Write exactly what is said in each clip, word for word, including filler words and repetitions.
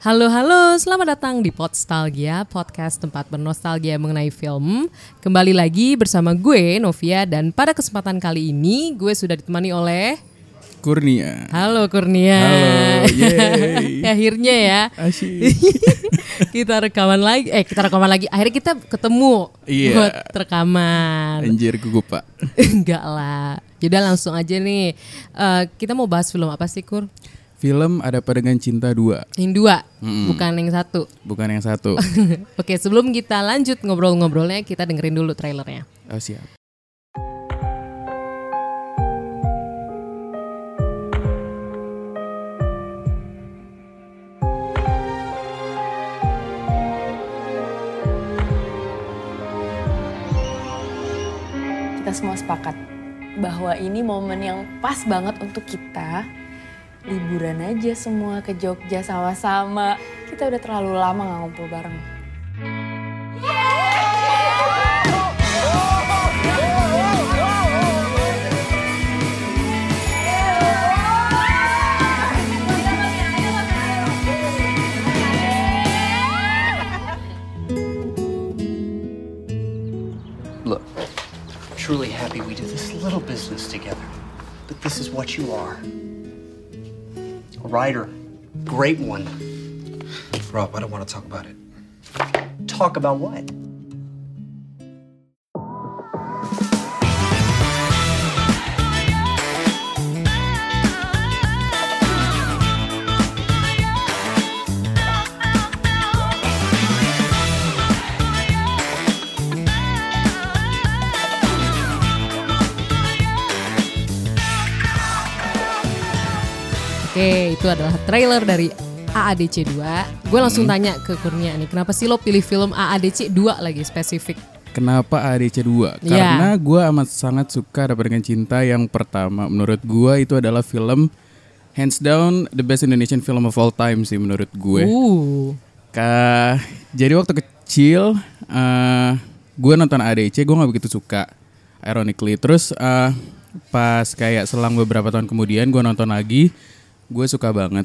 Halo halo, selamat datang di Podstalgia, podcast tempat bernostalgia mengenai film. Kembali lagi bersama gue, Novia, dan pada kesempatan kali ini gue sudah ditemani oleh Kurnia. Halo Kurnia. Halo, yeay. Akhirnya ya. Asyik. Kita rekaman lagi, eh kita rekaman lagi. Akhirnya kita ketemu Iya. buat rekaman. Anjir gugup pak. Enggak lah. Jadi langsung aja nih. Uh, kita mau bahas film apa sih Kur? Film Ada Apa Dengan Cinta dua. Yang dua, Mm-mm. bukan yang satu. Bukan yang satu. Oke, sebelum kita lanjut ngobrol-ngobrolnya, kita dengerin dulu trailernya. Oh siap. Kita semua sepakat bahwa ini momen yang pas banget untuk kita liburan aja semua ke Jogja sama-sama. Kita udah terlalu lama gak ngumpul bareng. Look, I'm truly happy we did this little business together. But this is what you are. A writer. Great one. Rob, I don't want to talk about it. Talk about what? Oke, itu adalah trailer dari A A D C dua. Gue langsung Hmm. tanya ke Kurnia nih, kenapa sih lo pilih film A A D C dua lagi spesifik? Kenapa A D C dua? Iya. Karena gue amat sangat suka Ada Apa Dengan Cinta yang pertama. Menurut gue itu adalah film hands down the best Indonesian film of all time sih menurut gue. Uh, Ka, jadi waktu kecil uh, gue nonton A D C, gue gak begitu suka, ironically. Terus uh, pas kayak selang beberapa tahun kemudian gue nonton lagi, gue suka banget.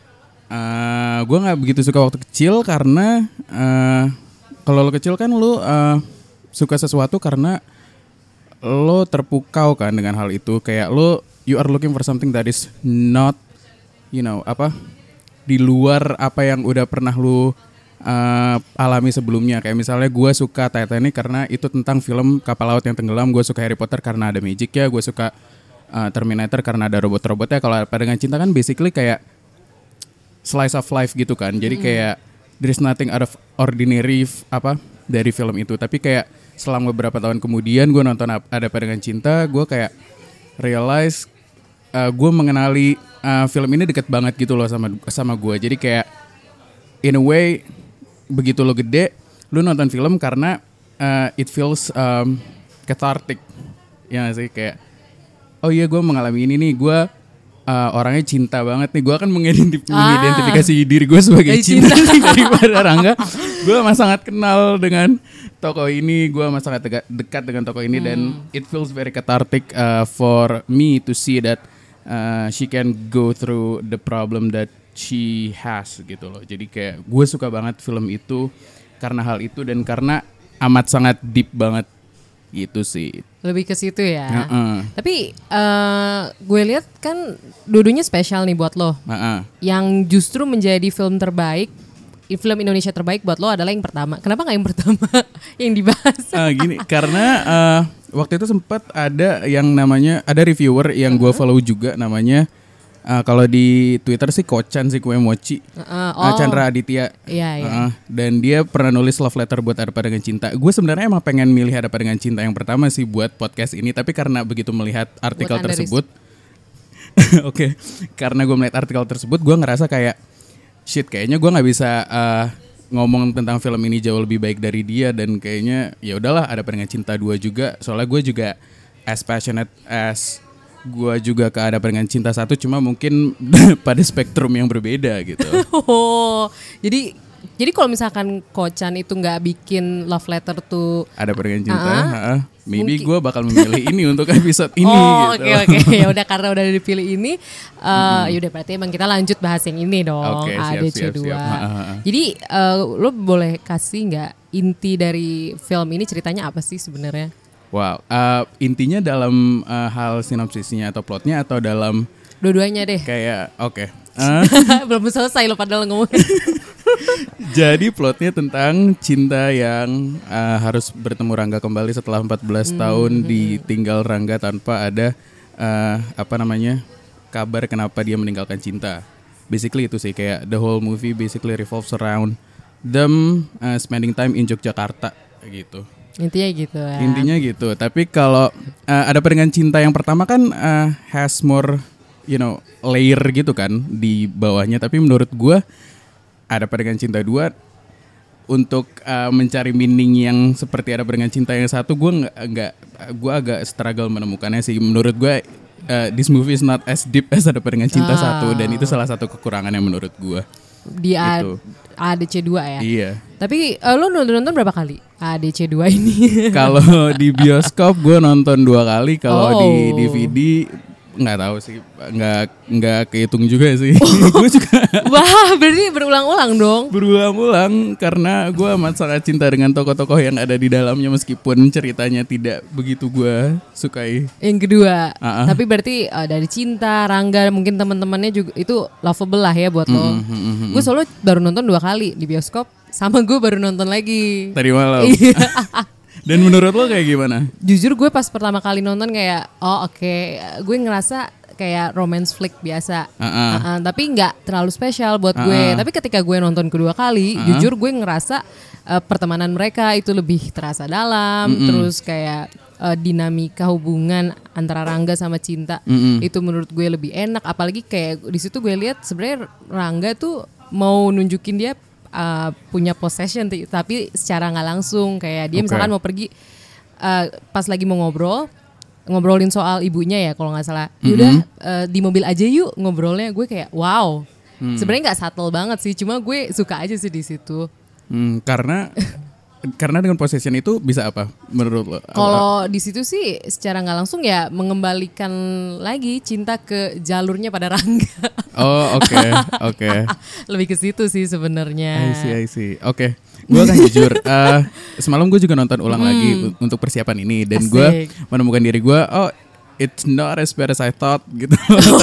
Uh, gue gak begitu suka waktu kecil karena uh, kalau lo kecil kan lo uh, suka sesuatu karena lo terpukau kan dengan hal itu. Kayak lo, you are looking for something that is not, you know, apa, di luar apa yang udah pernah lo uh, alami sebelumnya. Kayak misalnya gue suka Titanic karena itu tentang film kapal laut yang tenggelam. Gue suka Harry Potter karena ada magic ya. Gue suka uh, Terminator karena ada robot-robotnya. Kalau Apa Dengan Cinta kan basically kayak slice of life gitu kan. Jadi kayak there's nothing out of ordinary f- apa dari film itu. Tapi kayak selang beberapa tahun kemudian gue nonton Ada Apa Dengan Cinta, gue kayak realize uh, gue mengenali uh, film ini deket banget gitu loh sama sama gue. Jadi kayak in a way begitu lo gede, lo nonton film karena uh, it feels um, cathartic. Ya gak sih, kayak oh iya gue mengalami ini nih, gue uh, orangnya cinta banget nih. Gue akan mengidentif- Ah. mengidentifikasi diri gue sebagai Eh, cinta, cinta. nih daripada Rangga. Gue amat sangat kenal dengan tokoh ini, gue amat sangat dega- dekat dengan tokoh ini, dan it feels very cathartic uh, for me to see that uh, she can go through the problem that she has gitu loh. Jadi kayak gue suka banget film itu karena hal itu dan karena amat sangat deep banget gitu sih. lebih ke situ ya. Heeh. Tapi uh, gue lihat kan dua-duanya spesial nih buat lo. Heeh. Yang justru menjadi film terbaik, film Indonesia terbaik buat lo adalah yang pertama. Kenapa nggak yang pertama yang dibahas? Ah, gini, karena uh, waktu itu sempat ada yang namanya, ada reviewer yang gue follow juga namanya, uh, kalau di Twitter sih Kocan sih, Kue Mochi, Uh, uh, Chandra Aditya. Iya, iya. Uh, dan dia pernah nulis love letter buat Ada Apa Dengan Cinta. Gue sebenarnya emang pengen milih Ada Apa Dengan Cinta yang pertama sih buat podcast ini, tapi karena begitu melihat artikel Buat Anda, tersebut, oke, karena gue melihat artikel tersebut, gue ngerasa kayak shit, kayaknya gue nggak bisa uh, ngomong tentang film ini jauh lebih baik dari dia, dan kayaknya ya udahlah Ada Apa Dengan Cinta dua juga. Soalnya gue juga as passionate as gue juga ke Ada Apa Dengan Cinta satu, cuma mungkin pada spektrum yang berbeda gitu. Oh, jadi Jadi kalau misalkan Kocan itu nggak bikin love letter tuh Ada Pada Dengan Cinta, uh-uh. uh-uh. maybe Mungkin- gue bakal memilih ini untuk episode ini Oh gitu. oke oke ya udah karena udah dipilih ini, uh, ya udah berarti emang kita lanjut bahas yang ini dong. Oke, siap, A D C siap, dua. siap. Ha, ha, ha. Jadi uh, lo boleh kasih nggak inti dari film ini ceritanya apa sih sebenarnya? Wow, uh, intinya dalam uh, hal sinopsisnya atau plotnya atau dalam Dua-duanya deh. kayak oke. Uh, Belum selesai lo padahal ngomong. Jadi plotnya tentang cinta yang uh, harus bertemu Rangga kembali setelah empat belas tahun ditinggal Rangga tanpa ada uh, apa namanya kabar kenapa dia meninggalkan cinta. Basically itu sih, kayak the whole movie basically revolves around them uh, spending time in Yogyakarta gitu. Intinya gitu ya. Intinya gitu. Tapi kalau uh, Ada Pada Dengan Cinta yang pertama kan uh, has more you know layer gitu kan di bawahnya. Tapi menurut gue Ada Pada Dengan Cinta dua untuk uh, mencari meaning yang seperti Ada Pada Dengan Cinta yang satu, gue nggak nggak gue agak struggle menemukannya sih. Menurut gue uh, this movie is not as deep as Ada Pada Dengan Cinta Ah. satu, dan itu salah satu kekurangannya menurut gue. Di A- Gitu. A D C dua ya. Iya. Tapi uh, lo nonton-nonton berapa kali A D C dua ini? Kalau di bioskop gue nonton dua kali, kalau Oh. di D V D nggak tahu sih, nggak nggak kehitung juga sih. Gue juga Wah, berarti berulang-ulang dong. berulang-ulang karena gue amat sangat cinta dengan tokoh-tokoh yang ada di dalamnya meskipun ceritanya tidak begitu gue sukai. Yang kedua, Ah, ah. tapi berarti uh, dari Cinta, Rangga, mungkin teman-temannya juga itu lovable lah ya buat lo. Gue solo baru nonton dua kali di bioskop, sama gue baru nonton lagi. Tadi malam. Iya. Dan menurut lo kayak gimana? Jujur gue pas pertama kali nonton kayak, oh oke, gue ngerasa kayak romance flick biasa. Ah, ah. Uh-uh, tapi nggak terlalu spesial buat Ah, gue. ah. Tapi ketika gue nonton kedua kali, Ah, ah. jujur gue ngerasa uh, pertemanan mereka itu lebih terasa dalam. Mm-mm. Terus kayak uh, dinamika hubungan antara Rangga sama Cinta Mm-mm. itu menurut gue lebih enak. Apalagi kayak di situ gue lihat sebenarnya Rangga tuh mau nunjukin dia uh, punya possession, t- tapi secara nggak langsung. Kayak dia Oke. misalkan mau pergi uh, pas lagi mau ngobrol. Ngobrolin soal ibunya ya kalau nggak salah. Yaudah uh, di mobil aja yuk ngobrolnya. Gue kayak wow. Hmm. Sebenarnya nggak subtle banget sih. Cuma gue suka aja sih di situ. Hmm, karena karena dengan possession itu bisa apa menurut lo? Kalau di situ sih secara nggak langsung ya mengembalikan lagi cinta ke jalurnya pada Rangga. Oh oke oke. Lebih ke situ sih sebenarnya. I see, I see. Oke, gue akan jujur. eh, semalam gue juga nonton ulang lagi u- untuk persiapan ini, dan gue Hmm. Asik. menemukan diri gue, oh, it's not as bad as I thought gitu.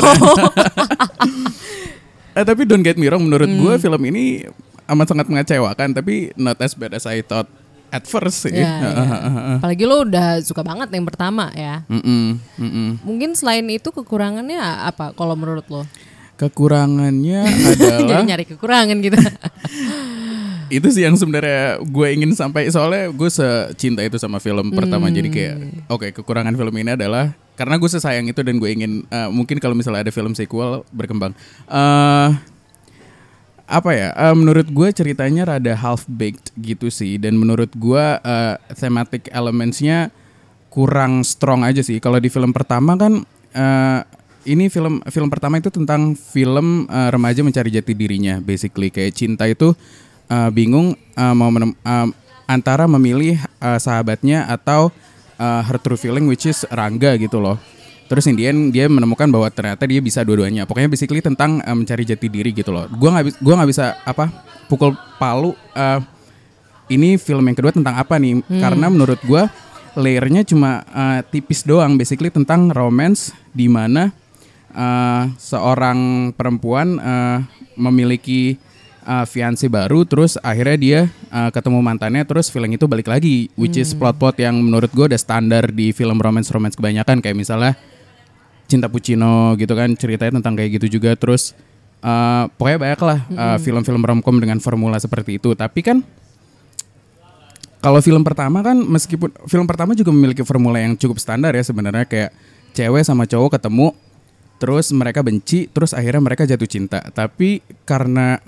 eh, tapi don't get me wrong, menurut gue Hmm. film ini amat sangat mengecewakan, tapi not as bad as I thought at first sih. Ya, ya. Apalagi lo udah suka banget yang pertama ya. Mm-mm, mm-mm. Mungkin selain itu kekurangannya apa kalau menurut lo? Kekurangannya Jadi adalah nyari kekurangan gitu. itu sih yang sebenarnya gue ingin sampai, soalnya gue secinta itu sama film pertama. Jadi kayak oke, kekurangan film ini adalah karena gue sesayang itu dan gue ingin eh, mungkin kalau misalnya ada film sequel berkembang. Eh apa ya? eh, menurut gue ceritanya rada half baked gitu sih, dan menurut gue eh, thematic elementsnya kurang strong aja sih. Kalau di film pertama kan eh, ini film film pertama itu tentang film eh, remaja mencari jati dirinya, basically kayak Cinta itu uh, bingung uh, mau menem- uh, antara memilih uh, sahabatnya atau uh, her true feeling, which is Rangga gitu loh. Terus in the end dia menemukan bahwa ternyata dia bisa dua-duanya. Pokoknya basically tentang uh, mencari jati diri gitu loh. Gua nggak bi- gua nggak bisa apa pukul palu. Uh, ini film yang kedua tentang apa nih? Karena menurut gua layernya cuma uh, tipis doang. Basically tentang romance di mana uh, seorang perempuan uh, memiliki uh, fiancé baru, terus akhirnya dia uh, ketemu mantannya, terus feeling itu balik lagi, which is plot-plot yang menurut gue udah standar di film romance-romance kebanyakan, kayak misalnya Cinta Puccino gitu kan, ceritanya tentang kayak gitu juga. Terus uh, pokoknya banyak lah uh, film-film romcom dengan formula seperti itu. Tapi kan kalau film pertama kan, meskipun film pertama juga memiliki formula yang cukup standar ya sebenarnya, kayak cewek sama cowok ketemu, terus mereka benci, terus akhirnya mereka jatuh cinta. Tapi karena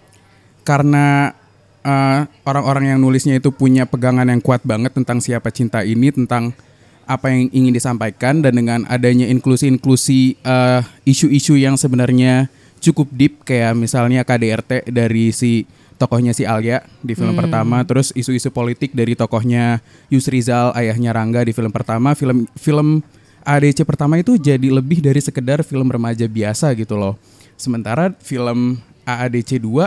karena uh, orang-orang yang nulisnya itu punya pegangan yang kuat banget tentang siapa cinta ini, tentang apa yang ingin disampaikan, dan dengan adanya inklusi-inklusi uh, isu-isu yang sebenarnya cukup deep kayak misalnya K D R T dari si tokohnya si Alia di film hmm. pertama, terus isu-isu politik dari tokohnya Yusrizal ayahnya Rangga di film pertama. Film film A D C pertama itu jadi lebih dari sekedar film remaja biasa gitu loh. Sementara film A A D C dua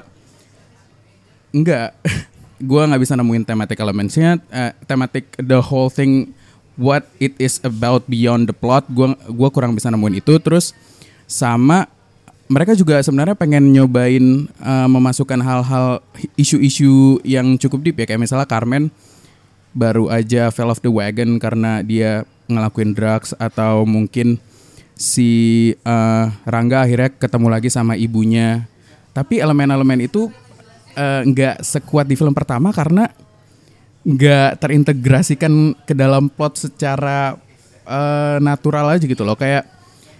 enggak. Gue nggak bisa nemuin thematic elementsnya, uh, thematic the whole thing, what it is about beyond the plot. Gue gue kurang bisa nemuin itu. Terus sama mereka juga sebenarnya pengen nyobain uh, memasukkan hal-hal isu-isu yang cukup deep ya, kayak misalnya Carmen baru aja fell off the wagon karena dia ngelakuin drugs, atau mungkin si uh, Rangga akhirnya ketemu lagi sama ibunya. Tapi elemen-elemen itu nggak uh, sekuat di film pertama karena nggak terintegrasikan ke dalam plot secara uh, natural aja gitu loh. Kayak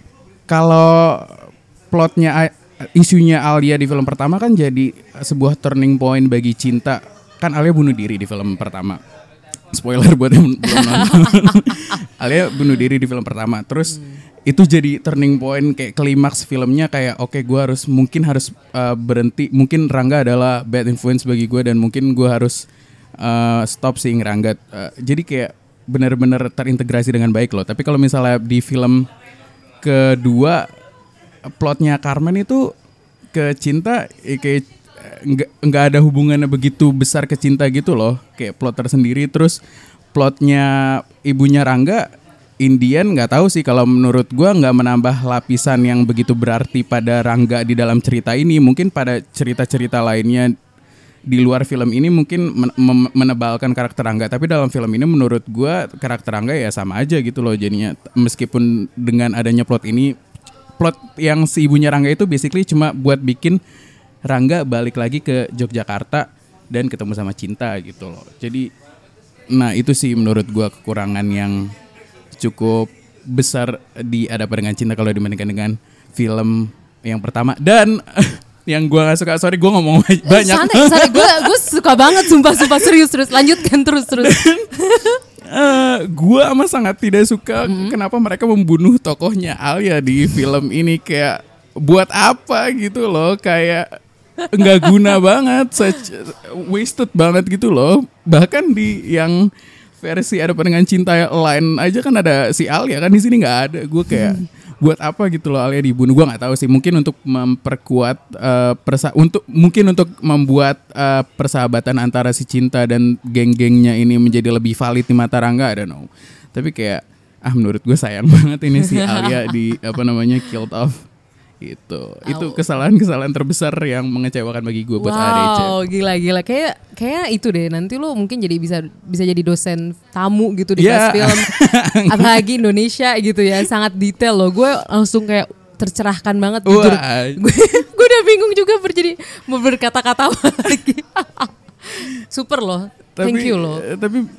kalau plotnya, isunya Alia di film pertama kan jadi sebuah turning point bagi cinta. Kan Alia bunuh diri di film pertama. Spoiler buat yang belum nonton. Alia bunuh diri di film pertama. Terus hmm. itu jadi turning point, kayak klimaks filmnya, kayak oke okay, gue harus mungkin harus uh, berhenti. Mungkin Rangga adalah bad influence bagi gue dan mungkin gue harus uh, stop seeing Rangga. Uh, jadi kayak benar-benar terintegrasi dengan baik loh. Tapi kalau misalnya di film kedua, plotnya Carmen itu ke cinta eh, kayak nggak nggak ada hubungannya begitu besar ke cinta gitu loh. Kayak plot tersendiri. Terus plotnya ibunya Rangga, Indian nggak tahu sih, kalau menurut gue nggak menambah lapisan yang begitu berarti pada Rangga di dalam cerita ini. Mungkin pada cerita-cerita lainnya di luar film ini mungkin men- menebalkan karakter Rangga, tapi dalam film ini menurut gue karakter Rangga ya sama aja gitu loh jadinya. Meskipun dengan adanya plot ini, plot yang si ibunya Rangga itu basically cuma buat bikin Rangga balik lagi ke Yogyakarta dan ketemu sama cinta gitu loh. Jadi nah itu sih menurut gue kekurangan yang cukup besar di Ada Apa Dengan Cinta kalau dibandingkan dengan film yang pertama. Dan yang gue gak suka, sorry gue ngomong banyak. Santai, santai. Gue gue suka banget, sumpah-sumpah serius terus. Lanjutkan terus-terus. uh, gue amat sangat tidak suka mm-hmm. kenapa mereka membunuh tokohnya Alia di film ini. Kayak buat apa gitu loh, kayak nggak guna banget, such wasted banget gitu loh. Bahkan di yang versi Ada Apa Dengan Cinta lain aja kan ada si Alia, kan di sini nggak ada. Gue kayak hmm. buat apa gitu loh Alia dibunuh? Gue nggak tahu sih. Mungkin untuk memperkuat uh, persa- untuk mungkin untuk membuat uh, persahabatan antara si Cinta dan geng-gengnya ini menjadi lebih valid di mata Rangga. I don't know. Tapi kayak ah menurut gue sayang banget ini si Alia di apa namanya killed off. Itu oh. itu kesalahan-kesalahan terbesar yang mengecewakan bagi gue buat wow, A D C. Wow, gila-gila. Kayak kayak itu deh, nanti lo mungkin jadi bisa bisa jadi dosen tamu gitu di yeah. kelas film. Apalagi Indonesia gitu ya, sangat detail loh. Gue langsung kayak tercerahkan banget jujur. Gue gue udah bingung juga berjadi mau berkata-kata lagi. Super loh. Tapi, thank you loh. Tapi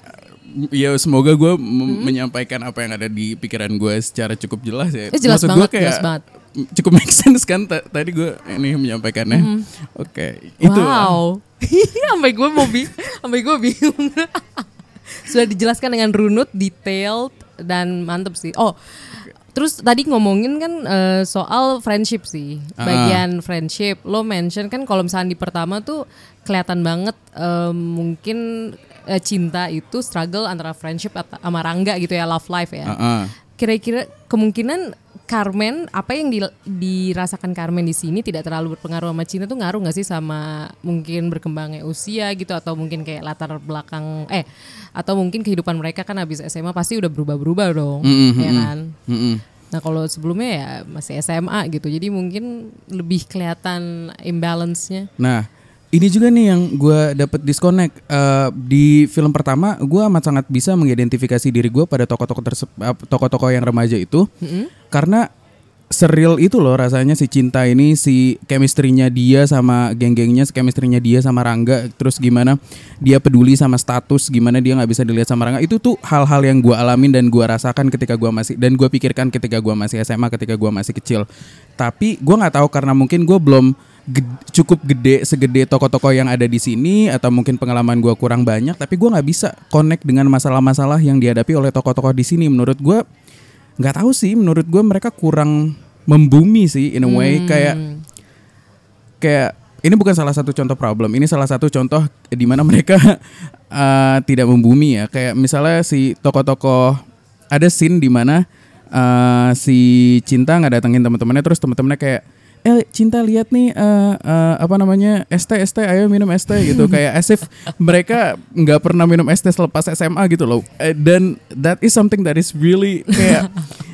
ya semoga gue m- hmm. menyampaikan apa yang ada di pikiran gue secara cukup jelas ya. Eh, jelas Maksud banget, gue kayak jelas banget. Cukup make sense kan t- tadi gue ini menyampaikannya. Mm. Oke, okay, itu. Wow. Sampai gue mau bi- sampai gue bingung. Sudah dijelaskan dengan runut, detailed dan mantep sih. Oh, terus tadi ngomongin kan uh, soal friendship sih. Bagian uh. friendship. Lo mention kan kalau misalnya di pertama tuh kelihatan banget um, mungkin uh, cinta itu struggle antara friendship at- sama Rangga gitu ya, love life ya. Uh-uh. Kira-kira kemungkinan Carmen, apa yang di, dirasakan Carmen di sini tidak terlalu berpengaruh sama cinta tuh ngaruh nggak sih sama mungkin berkembangnya usia gitu, atau mungkin kayak latar belakang eh atau mungkin kehidupan mereka kan habis S M A pasti udah berubah-berubah dong, mm-hmm. ya kan? Mm-hmm. Nah kalau sebelumnya ya masih S M A gitu, jadi mungkin lebih kelihatan imbalance-nya. Nah ini juga nih yang gue dapet disconnect uh, di film pertama. Gue amat sangat bisa mengidentifikasi diri gue pada tokoh-tokoh terse- tokoh-tokoh yang remaja itu, mm-hmm. karena seril itu loh rasanya si Cinta ini, si chemistry-nya dia sama geng-gengnya, si chemistry-nya dia sama Rangga, terus gimana dia peduli sama status, gimana dia nggak bisa dilihat sama Rangga. Itu tuh hal-hal yang gue alamin dan gue rasakan ketika gue masih, dan gue pikirkan ketika gue masih S M A, ketika gue masih kecil. Tapi gue nggak tahu karena mungkin gue belum Gede, cukup gede segede tokoh-tokoh yang ada di sini, atau mungkin pengalaman gue kurang banyak, tapi gue nggak bisa connect dengan masalah-masalah yang dihadapi oleh tokoh-tokoh di sini. Menurut gue nggak tahu sih, menurut gue mereka kurang membumi sih in a way. hmm. kayak kayak ini bukan salah satu contoh problem, ini salah satu contoh di mana mereka uh, tidak membumi ya. Kayak misalnya si tokoh-tokoh, ada scene di mana uh, si Cinta nggak datengin teman-temannya, terus teman-temannya kayak, eh Cinta lihat nih uh, uh, apa namanya es teh es teh ayo minum es teh gitu. Kayak as if mereka nggak pernah minum es teh selepas S M A gitu loh. Uh, dan that is something that is really kayak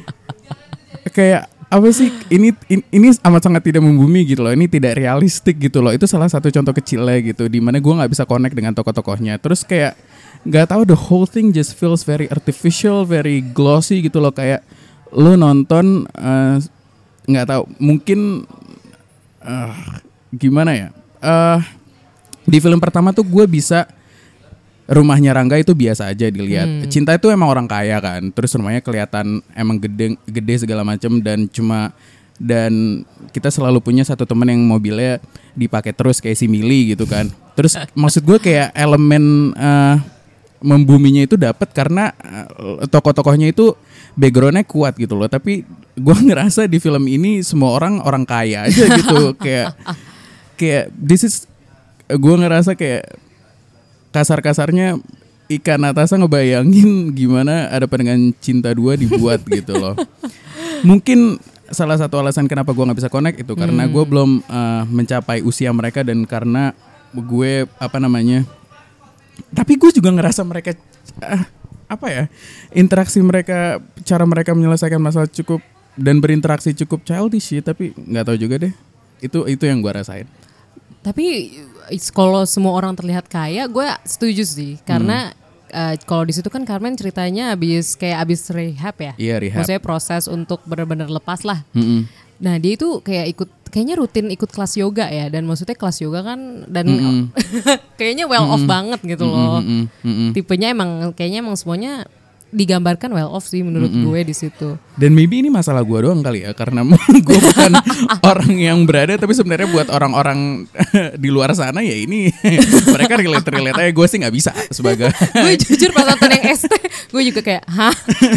kayak apa sih ini, ini ini amat sangat tidak membumi gitu loh. Ini tidak realistik gitu loh. Itu salah satu contoh kecilnya gitu, di mana gue nggak bisa connect dengan tokoh-tokohnya. Terus kayak nggak tahu, the whole thing just feels very artificial, very glossy gitu loh. Kayak lo nonton nggak uh, tahu mungkin uh, gimana ya. Uh, di film pertama tuh gue bisa, rumahnya Rangga itu biasa aja dilihat. Hmm. Cinta itu emang orang kaya kan, terus rumahnya kelihatan emang gede gede segala macam, dan cuma dan kita selalu punya satu teman yang mobilnya dipakai terus kayak si Mili gitu kan. Terus maksud gue kayak elemen uh, membuminya itu dapat karena uh, tokoh-tokohnya itu backgroundnya kuat gitu loh. Tapi gue ngerasa di film ini semua orang orang kaya aja gitu. kayak kayak this is, gue ngerasa kayak kasar-kasarnya Ika Natasha ngebayangin gimana Ada Dengan Cinta dua dibuat gitu loh. Mungkin salah satu alasan kenapa gue gak bisa connect itu karena hmm. gue belum uh, mencapai usia mereka, dan karena gue apa namanya, tapi gue juga ngerasa mereka uh, apa ya, interaksi mereka, cara mereka menyelesaikan masalah cukup dan berinteraksi cukup childish sih. Tapi gak tahu juga deh, itu itu yang gue rasain. Tapi kalau semua orang terlihat kaya, gue setuju sih. Karena hmm. uh, kalau di situ kan Carmen ceritanya abis kayak abis rehab ya. Iya, rehab. Maksudnya proses untuk benar-benar lepas lah. Mm-mm. Nah dia itu kayak ikut, kayaknya rutin ikut kelas yoga ya. Dan maksudnya kelas yoga kan dan kayaknya well off banget gitu loh. Mm-mm. Mm-mm. Tipenya emang kayaknya emang semuanya digambarkan well off sih menurut mm-hmm. gue di situ. Dan maybe ini masalah gue doang kali ya, karena gue bukan orang yang berada, tapi sebenarnya buat orang-orang di luar sana ya ini mereka relate-relate aja. Gue sih nggak bisa sebagai. Gue jujur pas nonton yang S T, gue juga kayak hah.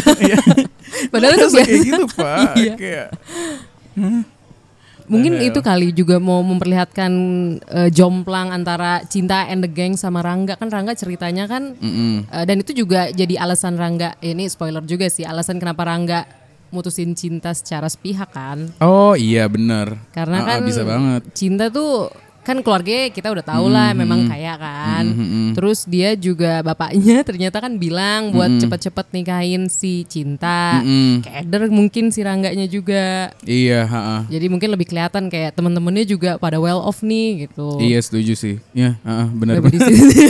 Padahal itu kayak gitu pak. Iya. Kayak. Mungkin itu kali juga mau memperlihatkan uh, jomplang antara Cinta and the Gang sama Rangga. Kan Rangga ceritanya kan uh, dan itu juga jadi alasan Rangga, ini spoiler juga sih, alasan kenapa Rangga mutusin Cinta secara sepihak kan. Oh iya benar. Karena ah, kan bisa banget. Cinta tuh kan keluarganya kita udah tahu lah mm-hmm. memang kaya kan. Mm-hmm. Terus dia juga bapaknya ternyata kan bilang buat mm-hmm. cepet-cepet nikahin si Cinta. Mm-hmm. Keder mungkin si Rangganya juga. Iya, ha-ha. Jadi mungkin lebih kelihatan kayak temen-temennya juga pada well off nih gitu. Iya setuju sih. Iya, ha-ha, benar benar.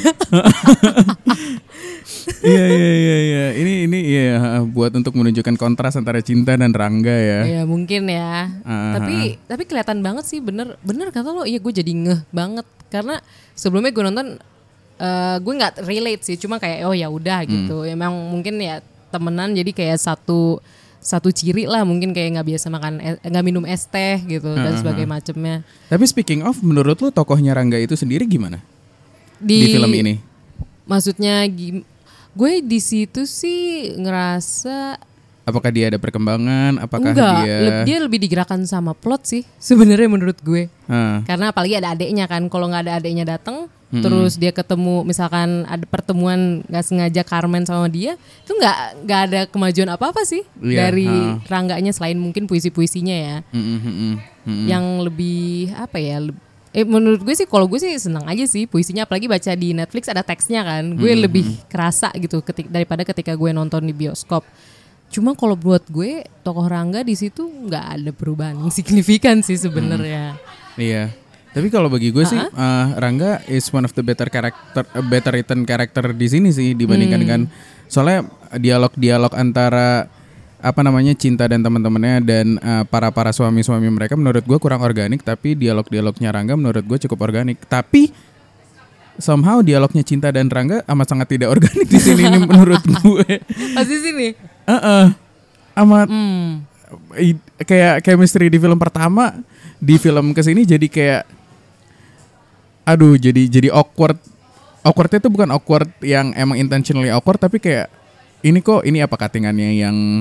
Iya iya iya iya. Ini ini iya buat untuk menunjukkan kontras antara Cinta dan Rangga ya. Iya mungkin ya. Uh-huh. Tapi tapi kelihatan banget sih, bener bener kata lo. Iya gue jadi ngeh banget karena sebelumnya gue nonton uh, gue nggak relate sih, cuma kayak oh ya udah gitu. Hmm. Emang mungkin ya temenan jadi kayak satu satu ciri lah, mungkin kayak nggak biasa makan nggak minum es teh gitu uh-huh. dan sebagainya macemnya. Tapi speaking of, menurut lo tokohnya Rangga itu sendiri gimana di, di film ini? Maksudnya gim- gue di situ sih ngerasa apakah dia ada perkembangan, apakah enggak, dia le- dia lebih digerakkan sama plot sih sebenarnya menurut gue. Hmm. Karena apalagi ada adeknya kan, kalau nggak ada adeknya datang, hmm. terus dia ketemu misalkan ada pertemuan nggak sengaja Carmen sama dia, itu nggak nggak ada kemajuan apa apa sih yeah. dari hmm. Rangganya selain mungkin puisi-puisinya ya, hmm, hmm, hmm, hmm. yang lebih apa ya? Le- Eh menurut gue sih, kalau gue sih senang aja sih puisinya, apalagi baca di Netflix ada teksnya kan, gue hmm. lebih kerasa gitu ketik, daripada ketika gue nonton di bioskop. Cuma kalau buat gue tokoh Rangga di situ nggak ada perubahan yang signifikan sih sebenarnya. Hmm. Iya. Tapi kalau bagi gue uh-huh. sih uh, Rangga is one of the better character, uh, better written character di sini sih dibandingkan hmm. dengan, soalnya dialog-dialog antara apa namanya Cinta dan teman-temannya dan uh, para para suami-suami mereka menurut gue kurang organik, tapi dialog-dialognya Rangga menurut gue cukup organik. Tapi somehow dialognya Cinta dan Rangga amat sangat tidak organik di sini ini menurut gue. Pasti sini. Heeh. Uh-uh. Amat hmm. i- kayak chemistry di film pertama di film kesini jadi kayak aduh jadi jadi awkward. Awkwardnya itu bukan awkward yang emang intentionally awkward, tapi kayak ini kok ini apa cuttingannya yang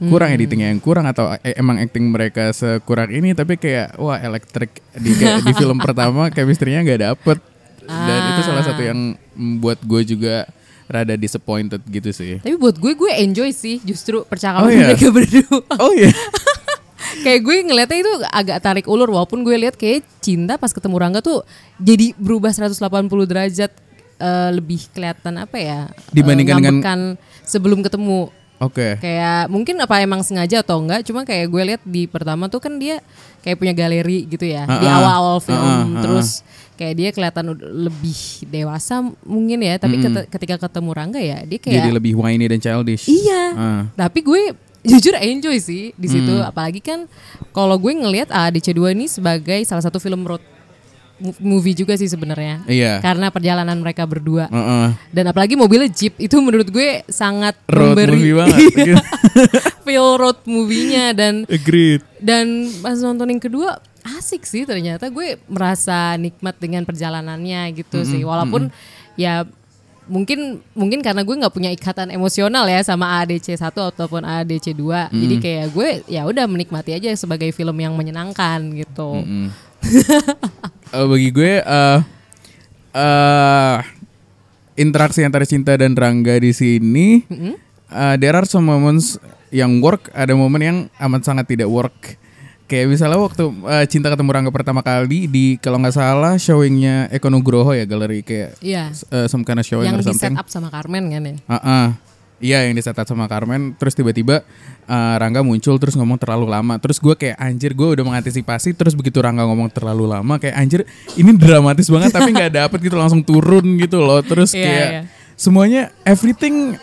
kurang editingnya yang kurang atau e- emang acting mereka sekurang ini, tapi kayak wah elektrik di kayak di film pertama chemistry-nya nggak dapet dan Ah. itu salah satu yang membuat gue juga rada disappointed gitu sih. Tapi buat gue gue enjoy sih justru percakapan Oh, iya? mereka berdua. Oh iya. Kayak gue ngeliatnya itu agak tarik ulur, walaupun gue lihat kayak Cinta pas ketemu Rangga tuh jadi berubah seratus delapan puluh derajat, eh, lebih kelihatan apa ya, eh, Dibandingkan dengan- ngambekan sebelum ketemu. Oke. Kayak mungkin apa emang sengaja atau enggak, cuma kayak gue lihat di pertama tuh kan dia kayak punya galeri gitu ya di Ha-ha. awal-awal film. Ha-ha, ha-ha. Terus kayak dia kelihatan ud- lebih dewasa mungkin ya, tapi kete- ketika ketemu Rangga ya dia kayak Jadi lebih whiny dan childish. iya. Ah. Tapi gue jujur enjoy sih di situ, apalagi kan kalau gue ngelihat A D C dua ini sebagai salah satu film road mo- movie juga sih sebenarnya. Iya. Karena perjalanan mereka berdua. Heeh. Dan apalagi mobilnya Jeep itu menurut gue sangat Road memberi movie banget. feel road movie-nya, dan Agreed. dan pas nonton yang kedua asik sih, ternyata gue merasa nikmat dengan perjalanannya gitu sih, walaupun ya mungkin mungkin karena gue nggak punya ikatan emosional ya sama A D C satu ataupun A D C dua, jadi kayak gue ya udah menikmati aja sebagai film yang menyenangkan gitu. Eh, bagi gue eh eh, interaksi antara Cinta dan Rangga di sini, eh, there are some moments yang work, ada momen yang amat sangat tidak work. Kayak misalnya waktu eh, Cinta ketemu Rangga pertama kali di, kalau nggak salah, showingnya Eko Nugroho ya, galeri kayak Iya. eh, some kind of showing Yang or di something. set up sama Carmen kan ya. Ah, iya yang di set up sama Carmen. Terus tiba-tiba uh, Rangga muncul terus ngomong terlalu lama. Terus gue kayak anjir, gue udah mengantisipasi. Terus begitu Rangga ngomong terlalu lama, kayak anjir ini dramatis banget tapi nggak dapet gitu, langsung turun gitu loh. Terus Iya, kayak iya. semuanya, everything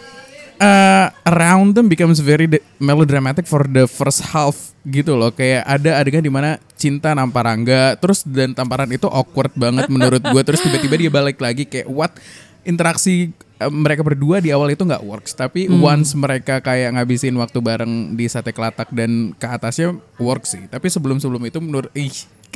uh, around them becomes very de- melodramatic for the first half gitu loh. Kayak ada adegan dimana Cinta nampar Rangga, terus dan tamparan itu awkward banget menurut gue. Terus tiba-tiba dia balik lagi kayak what, interaksi uh, mereka berdua di awal itu nggak works, tapi once mereka kayak ngabisin waktu bareng di Sate Kelatak dan ke atasnya works sih. Tapi sebelum-sebelum itu menurut ih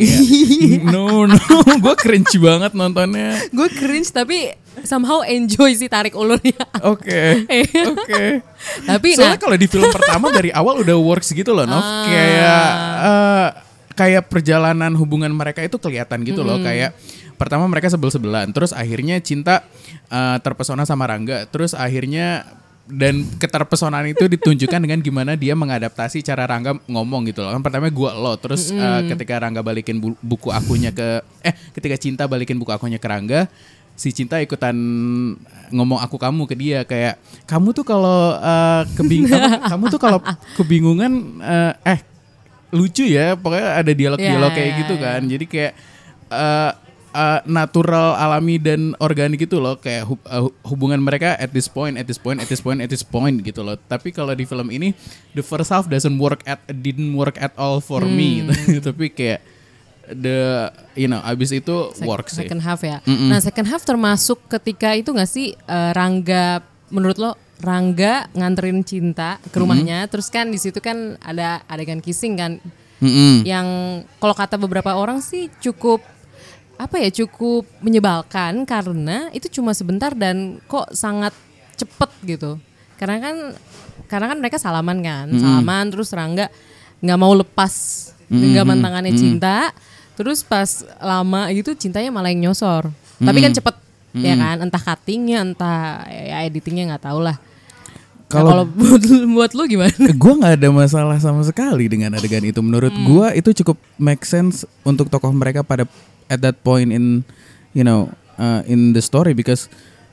kayak no no gue cringe banget nontonnya. Gue cringe tapi somehow enjoy sih tarik ulurnya. Oke oke. Tapi Soalnya nah, kalau di film pertama dari awal udah works gitu loh, Nov. Ah. Kayak eh, kayak perjalanan hubungan mereka itu kelihatan gitu loh. Kayak pertama mereka sebel-sebelan, terus akhirnya Cinta eh, terpesona sama Rangga, terus akhirnya dan keterpesonaan itu ditunjukkan dengan gimana dia mengadaptasi cara Rangga ngomong gitu loh. Kan pertama gua lo, terus eh, ketika Rangga balikin bu- buku akunya ke eh ketika Cinta balikin buku akunya ke Rangga, si Cinta ikutan ngomong aku kamu ke dia, kayak kamu tuh kalau uh, kebing apa, kamu tuh kalau kebingungan uh, eh lucu ya, pokoknya ada dialog-dialog Ya, kayak ya, gitu ya. kan. Jadi kayak uh, uh, natural, alami dan organik gitu loh, kayak hub- uh, hubungan mereka at this point, at this point, at this point, at this point gitu loh. Tapi kalau di film ini the first half doesn't work at didn't work at all for me. Tapi kayak the you know abis itu sec- work sih. second half ya. Nah second half termasuk ketika itu nggak sih, eh, Rangga, menurut lo Rangga nganterin Cinta ke rumahnya, terus kan di situ kan ada adegan kissing kan, Mm-mm. yang kalau kata beberapa orang sih cukup apa ya, cukup menyebalkan karena itu cuma sebentar dan kok sangat cepet gitu. Karena kan karena kan mereka salaman kan, salaman terus Rangga nggak mau lepas genggaman tangannya Cinta, terus pas lama gitu Cintanya malah yang nyosor. Tapi kan cepet ya kan, entah cuttingnya entah ya editingnya nggak tahu lah. Nah, Kalau- kalau buat, buat lu gimana? Gue nggak ada masalah sama sekali dengan adegan itu. Menurut gue itu cukup make sense untuk tokoh mereka pada at that point in you know uh, in the story because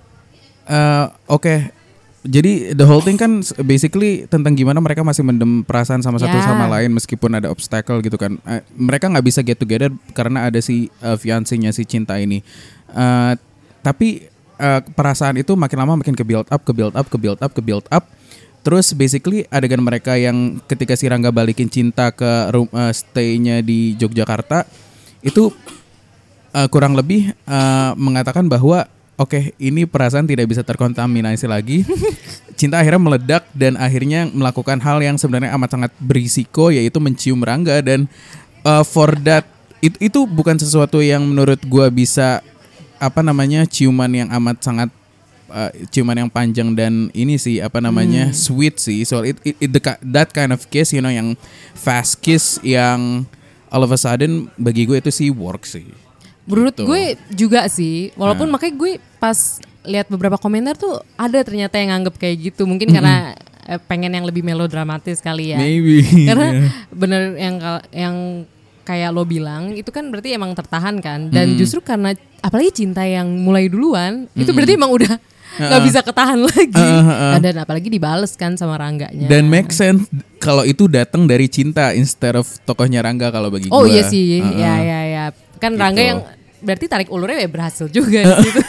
uh, oke okay, jadi the whole thing kan basically tentang gimana mereka masih mendem perasaan sama satu Ya. sama lain meskipun ada obstacle gitu kan. Uh, mereka nggak bisa get together karena ada si uh, fiancé-nya si Cinta ini. Uh, tapi uh, perasaan itu makin lama makin ke build up, ke build up, ke build up, ke build up. Terus basically adegan mereka yang ketika si Rangga balikin Cinta ke room, uh, stay-nya di Yogyakarta itu uh, kurang lebih uh, mengatakan bahwa oke okay, ini perasaan tidak bisa terkontaminasi lagi. Cinta akhirnya meledak dan akhirnya melakukan hal yang sebenarnya amat sangat berisiko, yaitu mencium Rangga. Dan uh, for that itu, itu bukan sesuatu yang menurut gua bisa apa namanya ciuman yang amat sangat uh, ciuman yang panjang dan ini sih apa namanya hmm. sweet sih. So it, it, it the, that kind of kiss, you know, yang fast kiss yang all of a sudden bagi gue itu sih work sih. Menurut gitu. gue juga sih, walaupun nah. makanya gue pas lihat beberapa komentar tuh ada ternyata yang nganggep kayak gitu, mungkin mm-hmm. karena eh, pengen yang lebih melodramatis kali ya. Maybe. Karena yeah. bener yang yang kayak lo bilang itu kan berarti emang tertahan kan, dan mm. justru karena apalagi cinta yang mulai duluan mm-hmm. itu berarti emang udah nggak uh, bisa ketahan lagi, uh, uh, uh. dan apalagi dibales kan sama Rangganya. Dan make sense kalau itu datang dari cinta instead of tokohnya Rangga kalau bagi gue. Oh iya sih, uh, uh. ya ya ya kan gitu. Rangga yang berarti tarik ulurnya ya berhasil juga gitu.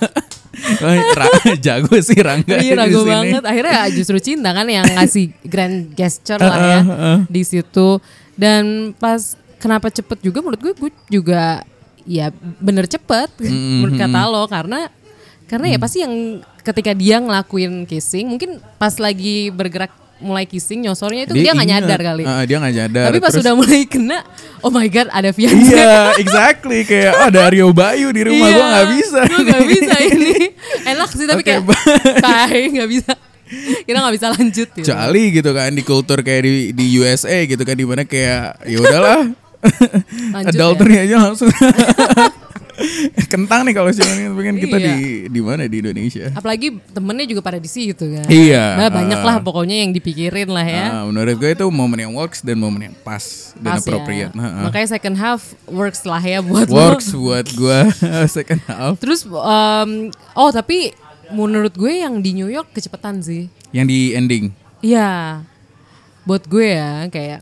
Jago sih Rangga. Iya jago banget. Akhirnya justru cinta kan yang ngasih grand gesture lah ya uh, uh, uh. di situ. Dan pas kenapa cepet juga menurut gue, gue juga ya bener cepet mm-hmm. menurut kata lo, karena karena mm. ya pasti yang ketika dia ngelakuin kissing mungkin pas lagi bergerak mulai kissing nyosornya itu dia nggak nyadar kali. Uh, dia nggak nyadar. Tapi pas terus, udah mulai kena, oh my god ada Fianza. Iya, exactly kayak oh, ada Aryo Bayu di rumah, gue nggak bisa. Gue nggak bisa ini. Enak sih tapi okay, kayak kayak nggak bisa. Kita nggak bisa lanjut. Gitu. Kecuali gitu kan di kultur kayak di di U S A gitu kan, di mana kayak ya udahlah. Adultery ya? Aja langsung. Kentang nih kalau cuman pengen kita iya. di di mana di Indonesia. Apalagi temennya juga pada di situ kan. Iya. Nah, banyak lah uh, pokoknya yang dipikirin lah ya. Uh, menurut gue itu momen yang works dan momen yang pas, pas dan appropriate. Ya. Uh, uh. Makanya second half works lah ya buat works lo. buat gue second half. Terus um, oh tapi menurut gue yang di New York kecepatan sih. Yang di ending. Iya. Buat gue ya kayak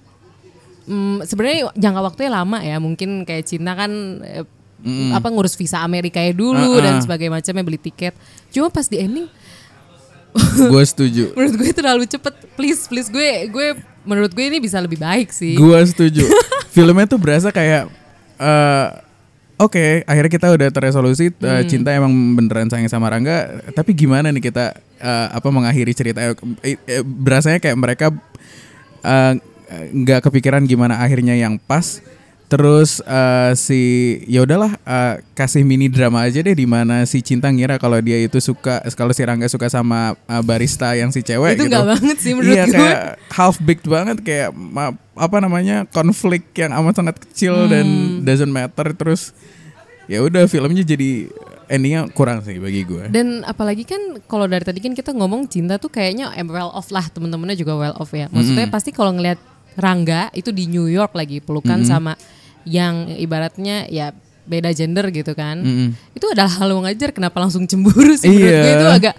um, sebenarnya jangka waktunya lama ya. Mungkin kayak Cina kan eh, Mm. apa ngurus visa Amerika ya dulu uh, uh. dan sebagainya macamnya, beli tiket. Cuma pas di ending gue setuju. Menurut gue terlalu cepet. Please please gue gue menurut gue ini bisa lebih baik sih. Gue setuju. Filmnya tuh berasa kayak uh, oke okay, akhirnya kita udah terresolusi uh, hmm. cinta emang beneran sayang sama Rangga, tapi gimana nih kita uh, apa mengakhiri cerita. Uh, uh, berasanya kayak mereka nggak uh, kepikiran gimana akhirnya yang pas. Terus uh, si ya udahlah uh, kasih mini drama aja deh, di mana si Cinta ngira kalau dia itu suka, kalau si Rangga suka sama uh, barista yang si cewek itu gitu. Itu enggak banget sih menurut iya, gue. Kayak half baked banget, kayak ma- apa namanya konflik yang amat sangat kecil hmm. dan doesn't matter. Terus ya udah filmnya jadi endingnya kurang sih bagi gue. Dan apalagi kan kalau dari tadi kan kita ngomong cinta tuh kayaknya well off lah, temen-temennya juga well off ya. Maksudnya mm-hmm. pasti kalau ngelihat Rangga itu di New York lagi pelukan mm-hmm. sama yang ibaratnya ya beda gender gitu kan, mm-hmm. itu adalah hal yang wajar. Kenapa langsung cemburu sih? Menurut yeah. gue itu agak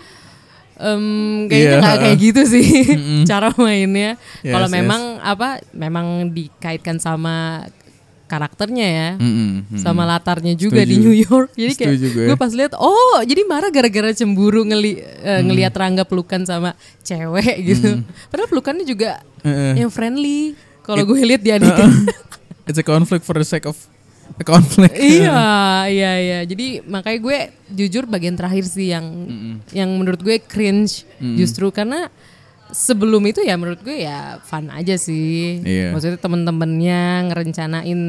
um, kayaknya yeah. gak kayak gitu sih mm-hmm. cara mainnya. Yes, kalau memang yes. apa memang dikaitkan sama karakternya ya, mm-hmm. sama latarnya juga Setuju. Di New York. Jadi kayak gue pas lihat, oh jadi marah gara-gara cemburu ngeli, uh, mm. ngelihat Rangga pelukan sama cewek gitu. Mm. Padahal pelukannya juga uh-uh. yang friendly. Kalau gue lihat dia uh-uh. It's a conflict for the sake of a conflict. Iya, iya, iya. Jadi makanya gue jujur bagian terakhir sih yang mm-mm. yang menurut gue cringe mm-mm. justru karena sebelum itu ya menurut gue ya fun aja sih. Yeah. Maksudnya temen-temennya ngerencanain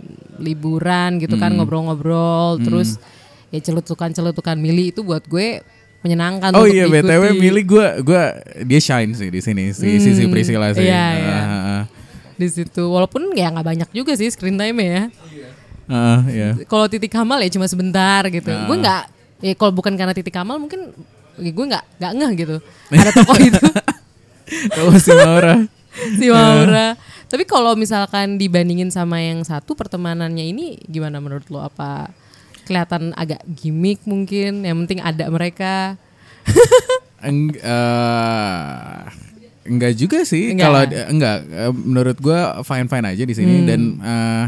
liburan gitu kan, mm. ngobrol-ngobrol, mm. terus ya celutukan-celutukan Mili itu buat gue menyenangkan. Oh untuk iya, diikuti. B T W Mili gue gue dia shine sih di sini, si hmm, Sisi Priscilla sih. Iya, iya. Uh, di situ walaupun ya nggak banyak juga sih screen time ya. Uh, yeah. Kalau Titik Kamal ya cuma sebentar gitu. Uh. Gue nggak, ya kalau bukan karena Titik Kamal mungkin ya gue nggak nggak ngeh gitu. Ada tokoh itu. Kalau si Maura. si Maura. Tapi kalau misalkan dibandingin sama yang satu, pertemanannya ini gimana menurut lo? Apa kelihatan agak gimmick mungkin? Yang penting ada mereka. Eng, uh, enggak juga sih. Kalau enggak, menurut gue fine fine aja di sini. Hmm. Dan uh,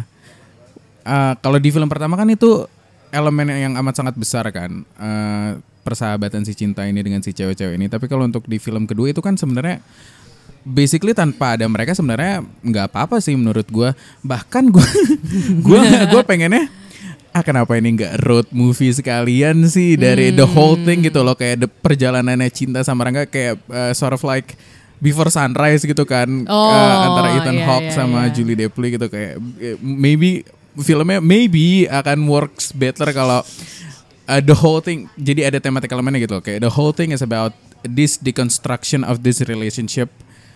uh, kalau di film pertama kan itu elemen yang amat sangat besar kan, uh, persahabatan si Cinta ini dengan si cewek-cewek ini. Tapi kalau untuk di film kedua itu kan sebenarnya basically tanpa ada mereka sebenarnya nggak apa-apa sih menurut gue. Bahkan gue gue gue pengennya ah kenapa ini nggak road movie sekalian sih dari hmm. the whole thing gitu loh, kayak the perjalanannya Cinta sama Rangga kayak uh, sort of like Before Sunrise gitu kan, oh, uh, antara Ethan yeah, Hawke yeah, sama yeah. Julie Delpy gitu, kayak maybe filmnya maybe akan works better kalau uh, the whole thing, jadi ada thematic elemennya gitu loh. Kayak the whole thing is about this deconstruction of this relationship.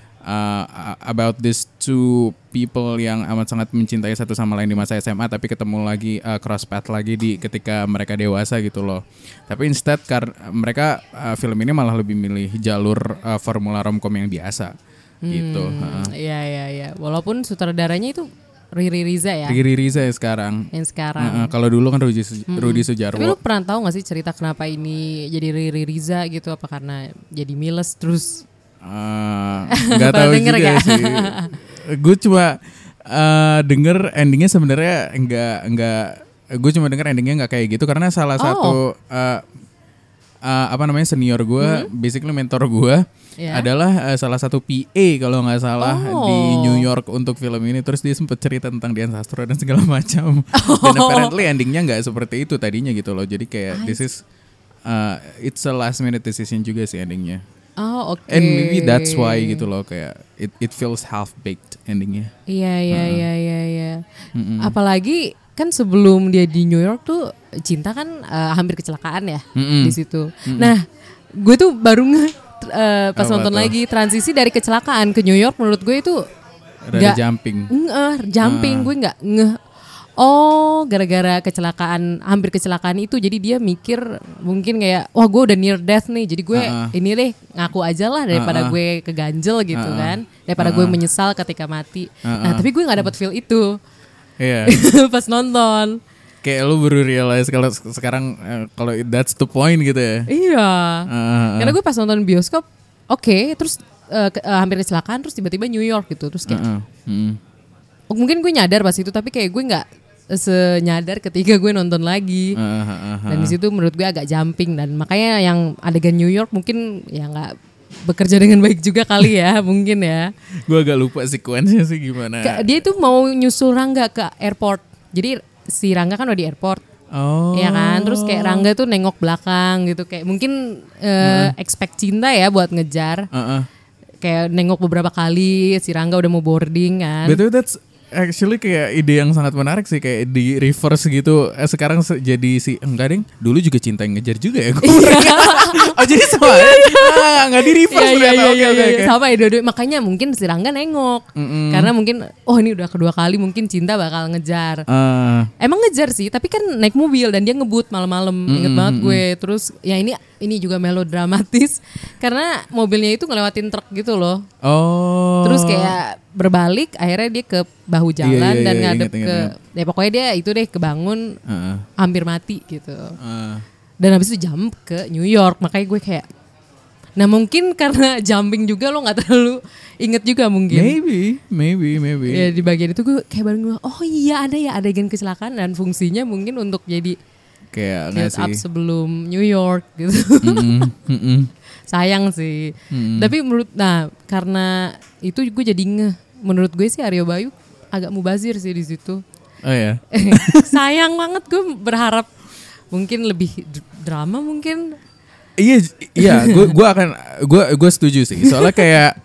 Uh, about these two people yang amat sangat mencintai satu sama lain di masa S M A, tapi ketemu lagi uh, cross path lagi di ketika mereka dewasa gitu loh. Tapi instead kar mereka uh, film ini malah lebih milih jalur uh, formula romcom yang biasa hmm, gitu. Iya iya iya. Walaupun sutradaranya itu Riri Riza ya. Riri Riza ya sekarang. Yang sekarang. Uh, kalau dulu kan Rudi, hmm. Rudi Sujarwo. Tapi lu pernah tahu nggak sih cerita kenapa ini jadi Riri Riza gitu? Apa karena jadi Miles terus? Uh, gak tahu juga gak? Sih. Gue cuma uh, denger endingnya sebenarnya enggak enggak. Gue cuma denger endingnya nggak kayak gitu karena salah oh. satu uh, uh, apa namanya senior gue, hmm? basically mentor gue yeah. adalah uh, salah satu P A kalau nggak salah oh. di New York untuk film ini. Terus dia sempat cerita tentang Dian Sastro dan segala macam. Oh. Dan apparently endingnya nggak seperti itu tadinya gitu loh. Jadi kayak I this is uh, it's a last minute decision juga sih endingnya. Oh oke. Okay. And maybe that's why gitu loh kayak it it feels half baked endingnya. Iya iya iya iya iya. Apalagi kan sebelum dia di New York tuh Cinta kan uh, hampir kecelakaan ya Mm-mm. di situ. Mm-mm. Nah, gue tuh baru nge uh, pas oh, nonton lagi transisi dari kecelakaan ke New York menurut gue itu ada jumping. Nge, jumping uh. gue nggak nge. Oh, gara-gara kecelakaan, hampir kecelakaan itu, jadi dia mikir mungkin kayak, wah gue udah near death nih, jadi gue uh-uh. ini deh ngaku aja lah daripada uh-uh. gue keganjel gitu uh-uh. kan, daripada uh-uh. gue menyesal ketika mati. Uh-uh. Nah, tapi gue nggak dapat feel itu yeah. pas nonton. Kayak lu baru realize kalau sekarang uh, kalau that's the point gitu ya. Iya. Uh-uh. Karena gue pas nonton bioskop, oke, okay, terus uh, ke, uh, hampir kecelakaan, terus tiba-tiba New York gitu, terus kayak, uh-uh. hmm. oh, mungkin gue nyadar pas itu, tapi kayak gue nggak senyadar ketika gue nonton lagi. Uh, uh, uh. Dan di situ menurut gue agak jumping, dan makanya yang adegan New York mungkin ya nggak bekerja dengan baik juga kali ya, mungkin ya. Gue agak lupa sekuensnya sih gimana. Ke, dia itu mau nyusul Rangga ke airport. Jadi si Rangga kan udah di airport. Oh. Ya kan, terus kayak Rangga tuh nengok belakang gitu, kayak mungkin uh, uh. expect Cinta ya buat ngejar. Uh, uh. Kayak nengok beberapa kali, si Rangga udah mau boarding kan. Betul, that's actually kayak ide yang sangat menarik sih, kayak di reverse gitu. Eh, sekarang se- jadi si enggak ding, dulu juga Cinta yang ngejar juga ya. Oh jadi sama ya? Ah, nggak di reverse ya, ternyata. Ya, oke ya, oke ya, oke. Sama ya dua-dua. Makanya mungkin si Rangga nengok. Mm-mm. Karena mungkin oh ini udah kedua kali mungkin Cinta bakal ngejar. Uh. Emang ngejar sih, tapi kan naik mobil dan dia ngebut malam-malam. Mm-mm. Ingat banget gue. Terus ya ini ini juga melodramatis karena mobilnya itu ngelewatin truk gitu loh. Oh. Terus kayak berbalik, akhirnya dia ke bahu jalan iya, iya, dan iya, ngadep inget, ke inget, inget. Ya pokoknya dia itu deh kebangun uh. hampir mati gitu. Uh. Dan habis itu jump ke New York. Makanya gue kayak, nah mungkin karena jumping juga lo gak terlalu inget juga mungkin. Maybe, maybe, maybe. Ya di bagian itu gue kayak baru gue, oh iya ada ya adegan kecelakaan, dan fungsinya mungkin untuk jadi kayak build up sebelum New York gitu. Mm-mm, mm-mm. Sayang sih. Mm-mm. Tapi menurut, nah karena itu gue jadi ngeh. Menurut gue sih Aryo Bayu agak mubazir sih di situ. Oh ya. Sayang banget, gue berharap mungkin lebih drama mungkin. Iya, iya, gue gue akan gue gue setuju sih. Soalnya kayak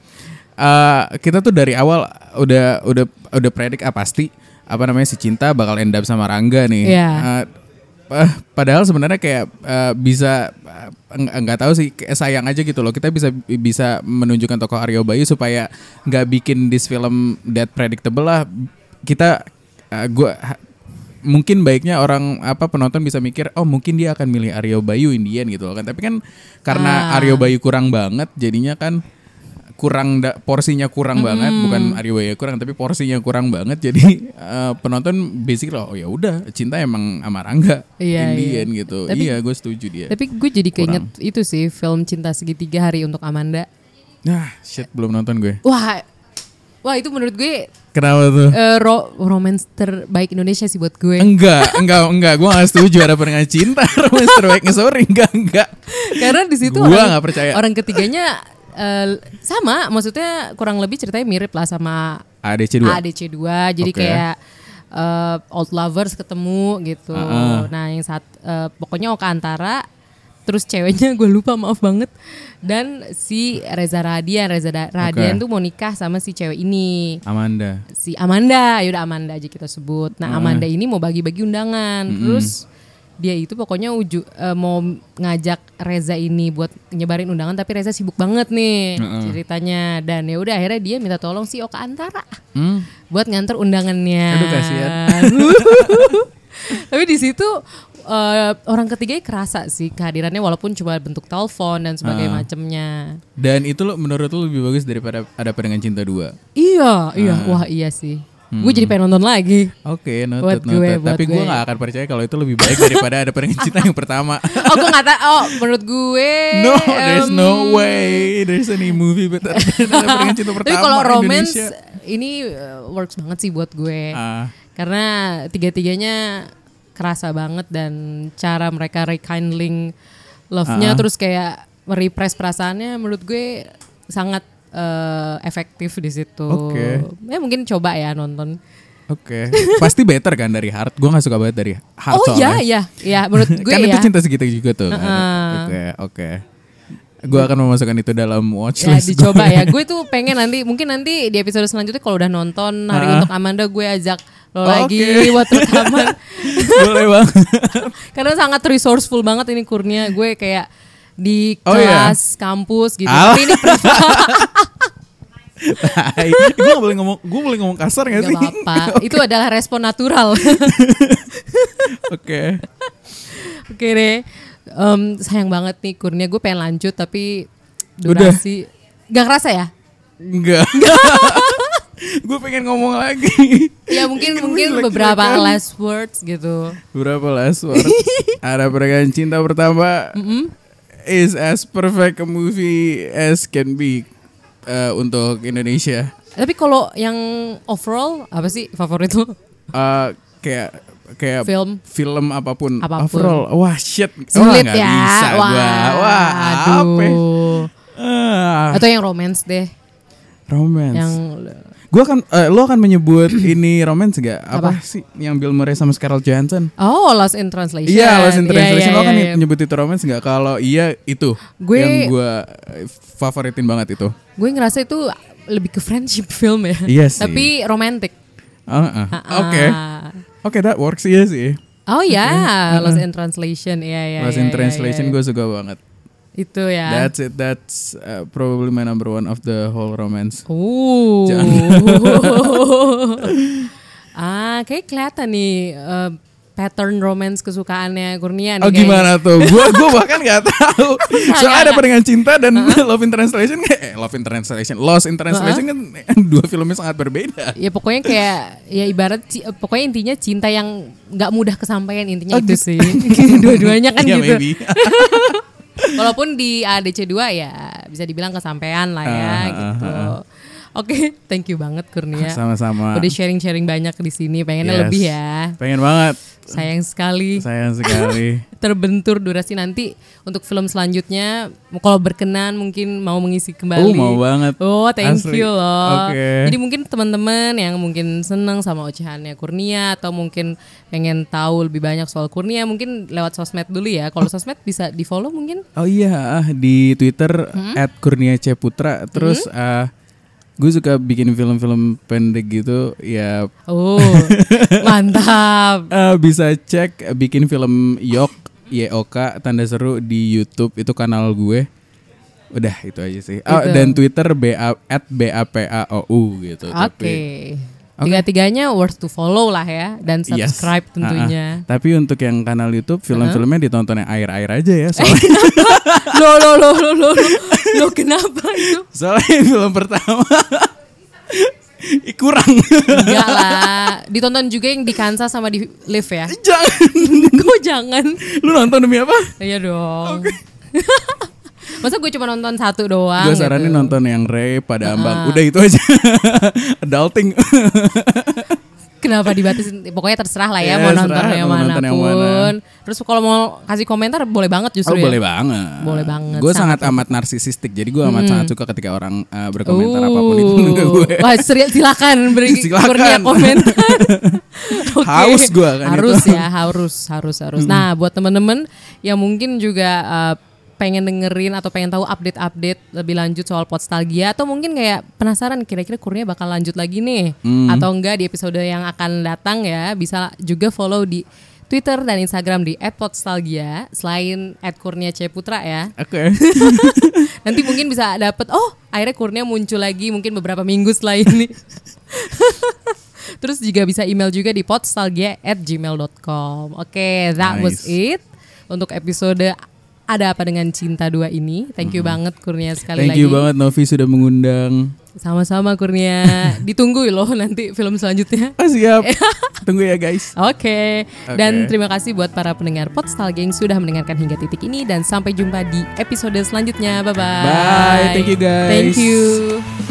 uh, kita tuh dari awal udah udah udah predik ah pasti apa namanya si Cinta bakal end up sama Rangga nih. Yeah. Uh, uh, padahal sebenarnya kayak uh, bisa nggak uh, tahu sih, sayang aja gitu loh. Kita bisa bisa menunjukkan tokoh Aryo Bayu supaya nggak bikin this film that predictable lah. Kita uh, gue mungkin baiknya orang apa penonton bisa mikir oh mungkin dia akan milih Aryo Bayu Indian gitu loh kan, tapi kan karena ah. Aryo Bayu kurang banget jadinya kan kurang da, porsinya kurang hmm. banget, bukan Aryo Bayu kurang tapi porsinya kurang banget, jadi uh, penonton basic loh oh ya udah Cinta emang sama Rangga iya, Indian iya. gitu. Tapi, iya gue setuju dia. Tapi gue jadi keinget itu sih film Cinta Segitiga Hari Untuk Amanda. Nah shit belum nonton gue. Wah Wah itu menurut gue kenapa tuh? Uh, ro- romance terbaik Indonesia sih buat gue. Enggak, enggak, enggak. Gue gak setuju ada pernah cinta romance terbaiknya, sorry, enggak, enggak. Karena di situ gue orang, gak percaya. Orang ketiganya uh, sama, maksudnya kurang lebih ceritanya mirip lah sama A D C dua. A D C dua. Jadi okay. kayak uh, old lovers ketemu gitu. Uh-uh. Nah yang saat uh, pokoknya Oka Antara. Terus ceweknya gue lupa maaf banget. Dan si Reza Radian Reza Radian okay. tuh mau nikah sama si cewek ini Amanda. Si Amanda, yaudah Amanda aja kita sebut. Nah uh. Amanda ini mau bagi-bagi undangan. Mm-hmm. Terus dia itu pokoknya uju, uh, mau ngajak Reza ini buat nyebarin undangan, tapi Reza sibuk banget nih uh-uh. ceritanya, dan ya udah akhirnya dia minta tolong si Oka Antara hmm. buat nganter undangannya. Aduh kasihan. Tapi di situ uh, orang ketiganya kerasa sih kehadirannya walaupun cuma bentuk telepon dan sebagainya uh. macamnya. Dan itu lo menurut lo lebih bagus daripada Ada Apa Dengan Cinta dua? Iya, iya, uh. wah iya sih. Hmm. Gue jadi pengen nonton lagi. Oke, okay, noted, noted. Tapi gue gak akan percaya kalau itu lebih baik daripada Ada Apa Dengan Cinta yang pertama. Oh, gue gak tahu. Oh, menurut gue no, there's um, no way there's any movie better than Ada Apa Dengan Cinta pertama. Tapi kalau romance Indonesia. ini uh, works banget sih buat gue. Uh. Karena tiga-tiganya kerasa banget, dan cara mereka rekindling love-nya uh. terus kayak merepress perasaannya menurut gue sangat Uh, efektif di situ. Oke. Okay. Ya mungkin coba ya nonton. Oke. Okay. Pasti better kan dari Heart. Gue nggak suka banget dari Heart. Oh iya iya iya menurut gue kan ya. Kan itu cinta segitiga juga tuh. Oke uh-uh. oke. Okay, okay. Gue akan memasukkan itu dalam watchlist. Ya dicoba ya. Gue tuh pengen nanti mungkin nanti di episode selanjutnya kalau udah nonton Hari uh. Untuk Amanda, gue ajak lo oh, lagi okay. buat rekaman. Boleh banget. Karena sangat resourceful banget ini Kurnia. Gue kayak di oh, kelas iya? kampus gitu. Al- Tapi ini gue gak boleh ngomong, gue boleh ngomong kasar gak, gak sih? Gak apa-apa. Okay. Itu adalah respon natural. Oke. Oke deh. Um, sayang banget nih Kurnia, gue pengen lanjut tapi durasi udah. Gak kerasa ya? Enggak. Gue pengen ngomong lagi. Ya mungkin mungkin beberapa last words gitu. Beberapa last words. Ada Apa Dengan Cinta pertama. Mm-hmm. Is as perfect a movie as can be uh, untuk Indonesia. Tapi kalau yang overall apa sih favorit lo? Uh, kayak kayak film film apapun. apapun. Overall, wah shit. Sulit wah, ya. Bisa wah, gua. Wah, apa? Uh. Atau yang romance deh. Romance. Yang Gua akan uh, lo akan menyebut ini romance gak? Apa, apa sih yang Bill Murray sama Scarlett Johansson? Oh, Lost in Translation. Iya, Lost in Translation. Yeah, yeah, lo akan yeah, yeah. menyebut itu romance gak? Kalau iya itu gue, yang gua favoritin banget itu. Gue ngerasa itu lebih ke friendship film ya. Iya sih. Tapi romantic. Uh-uh. Uh-uh. Oke. Okay. Oke, okay, that works iya sih. Oh ya, yeah. okay. Lost in Translation. Iya, yeah, iya. Yeah, Lost yeah, in Translation yeah, yeah. gue suka banget. Itu ya. That's it. That's uh, probably my number one of the whole romance. Oh. ah, kayak kelihatan nih uh, pattern romance kesukaannya Kurnia nih. Oh gimana tuh? Gua gua bahkan nggak tahu. Soalnya Ada Apa Dengan Cinta dan uh-huh. Love in Translation eh Love in Translation, Lost in Translation uh-huh. kan dua filmnya sangat berbeda. Ya pokoknya kayak ya ibarat pokoknya intinya cinta yang nggak mudah kesampaian intinya oh, itu gitu. Sih. Dua-duanya kan yeah, gitu. Walaupun di A D C dua ya bisa dibilang kesampaian lah ya uh, gitu. Uh, uh. Oke, okay, thank you banget Kurnia. Sama-sama. Udah sharing-sharing banyak di sini. Pengennya yes. lebih ya. Pengen banget. Sayang sekali. Sayang sekali. Terbentur durasi nanti untuk film selanjutnya. Kalau berkenan mungkin mau mengisi kembali. Oh mau banget. Oh thank Asli. you loh. Okay. Jadi mungkin teman-teman yang mungkin seneng sama ocehannya Kurnia atau mungkin pengen tahu lebih banyak soal Kurnia mungkin lewat sosmed dulu ya. Kalau sosmed bisa di follow mungkin. Oh iya di Twitter hmm? at kurnia c putra. Terus hmm? uh, gue suka bikin film-film pendek gitu ya. Oh mantap. uh, Bisa cek bikin film Yok Y O K tanda seru di YouTube. Itu kanal gue. Udah itu aja sih. Oh, dan Twitter B A at B A P A O U gitu. Oke okay. Tiga-tiganya worth to follow lah ya. Dan subscribe yes. tentunya. uh-uh. Tapi untuk yang kanal YouTube film-filmnya ditonton yang air-air aja ya soalnya. Loh loh loh loh loh Loh kenapa itu? Soalnya film pertama kurang. Enggak lah. Ditonton juga yang di Kansas sama di Live ya. Jangan. Kok jangan? Lu nonton demi apa? Iya dong. Okay. Masa gue cuma nonton satu doang. Gue saranin gitu. Nonton yang Ray pada uh-huh. ambang. Udah itu aja. Adulting. Kenapa dibatasin? Pokoknya terserah lah ya, yeah, mau nonton yang manapun. Mana. Terus kalau mau kasih komentar boleh banget justru. Oh, ya. Boleh banget. Boleh banget. Gue sangat amat narsisistik. Jadi gue amat hmm. sangat suka ketika orang uh, berkomentar uh. apapun itu ke gue. Wah, silakan beri Kurnia komentar. Okay. Haus gue kan. Harus itu. ya, harus harus harus. Hmm. Nah, buat teman-teman yang mungkin juga uh, pengen dengerin atau pengen tahu update-update lebih lanjut soal Podstalgia atau mungkin kayak penasaran kira-kira Kurnia bakal lanjut lagi nih hmm. atau enggak di episode yang akan datang ya, bisa juga follow di Twitter dan Instagram di et podstalgia selain et kurnia c putra ya. Oke. Nanti mungkin bisa dapet, oh akhirnya Kurnia muncul lagi mungkin beberapa minggu setelah ini. Terus juga bisa email juga di podstalgia at gmail dot com. Oke, okay, that Nice. was it untuk episode Ada Apa Dengan Cinta dua ini. Thank you mm-hmm. banget Kurnia sekali Thank lagi. you banget Novi sudah mengundang. Sama-sama Kurnia. Ditunggu loh nanti film selanjutnya. Oh, siap. Tunggu ya guys. Oke. Okay. Okay. Dan terima kasih buat para pendengar Podstalgia yang sudah mendengarkan hingga titik ini. Dan sampai jumpa di episode selanjutnya. Bye-bye. Bye. Thank you guys. Thank you.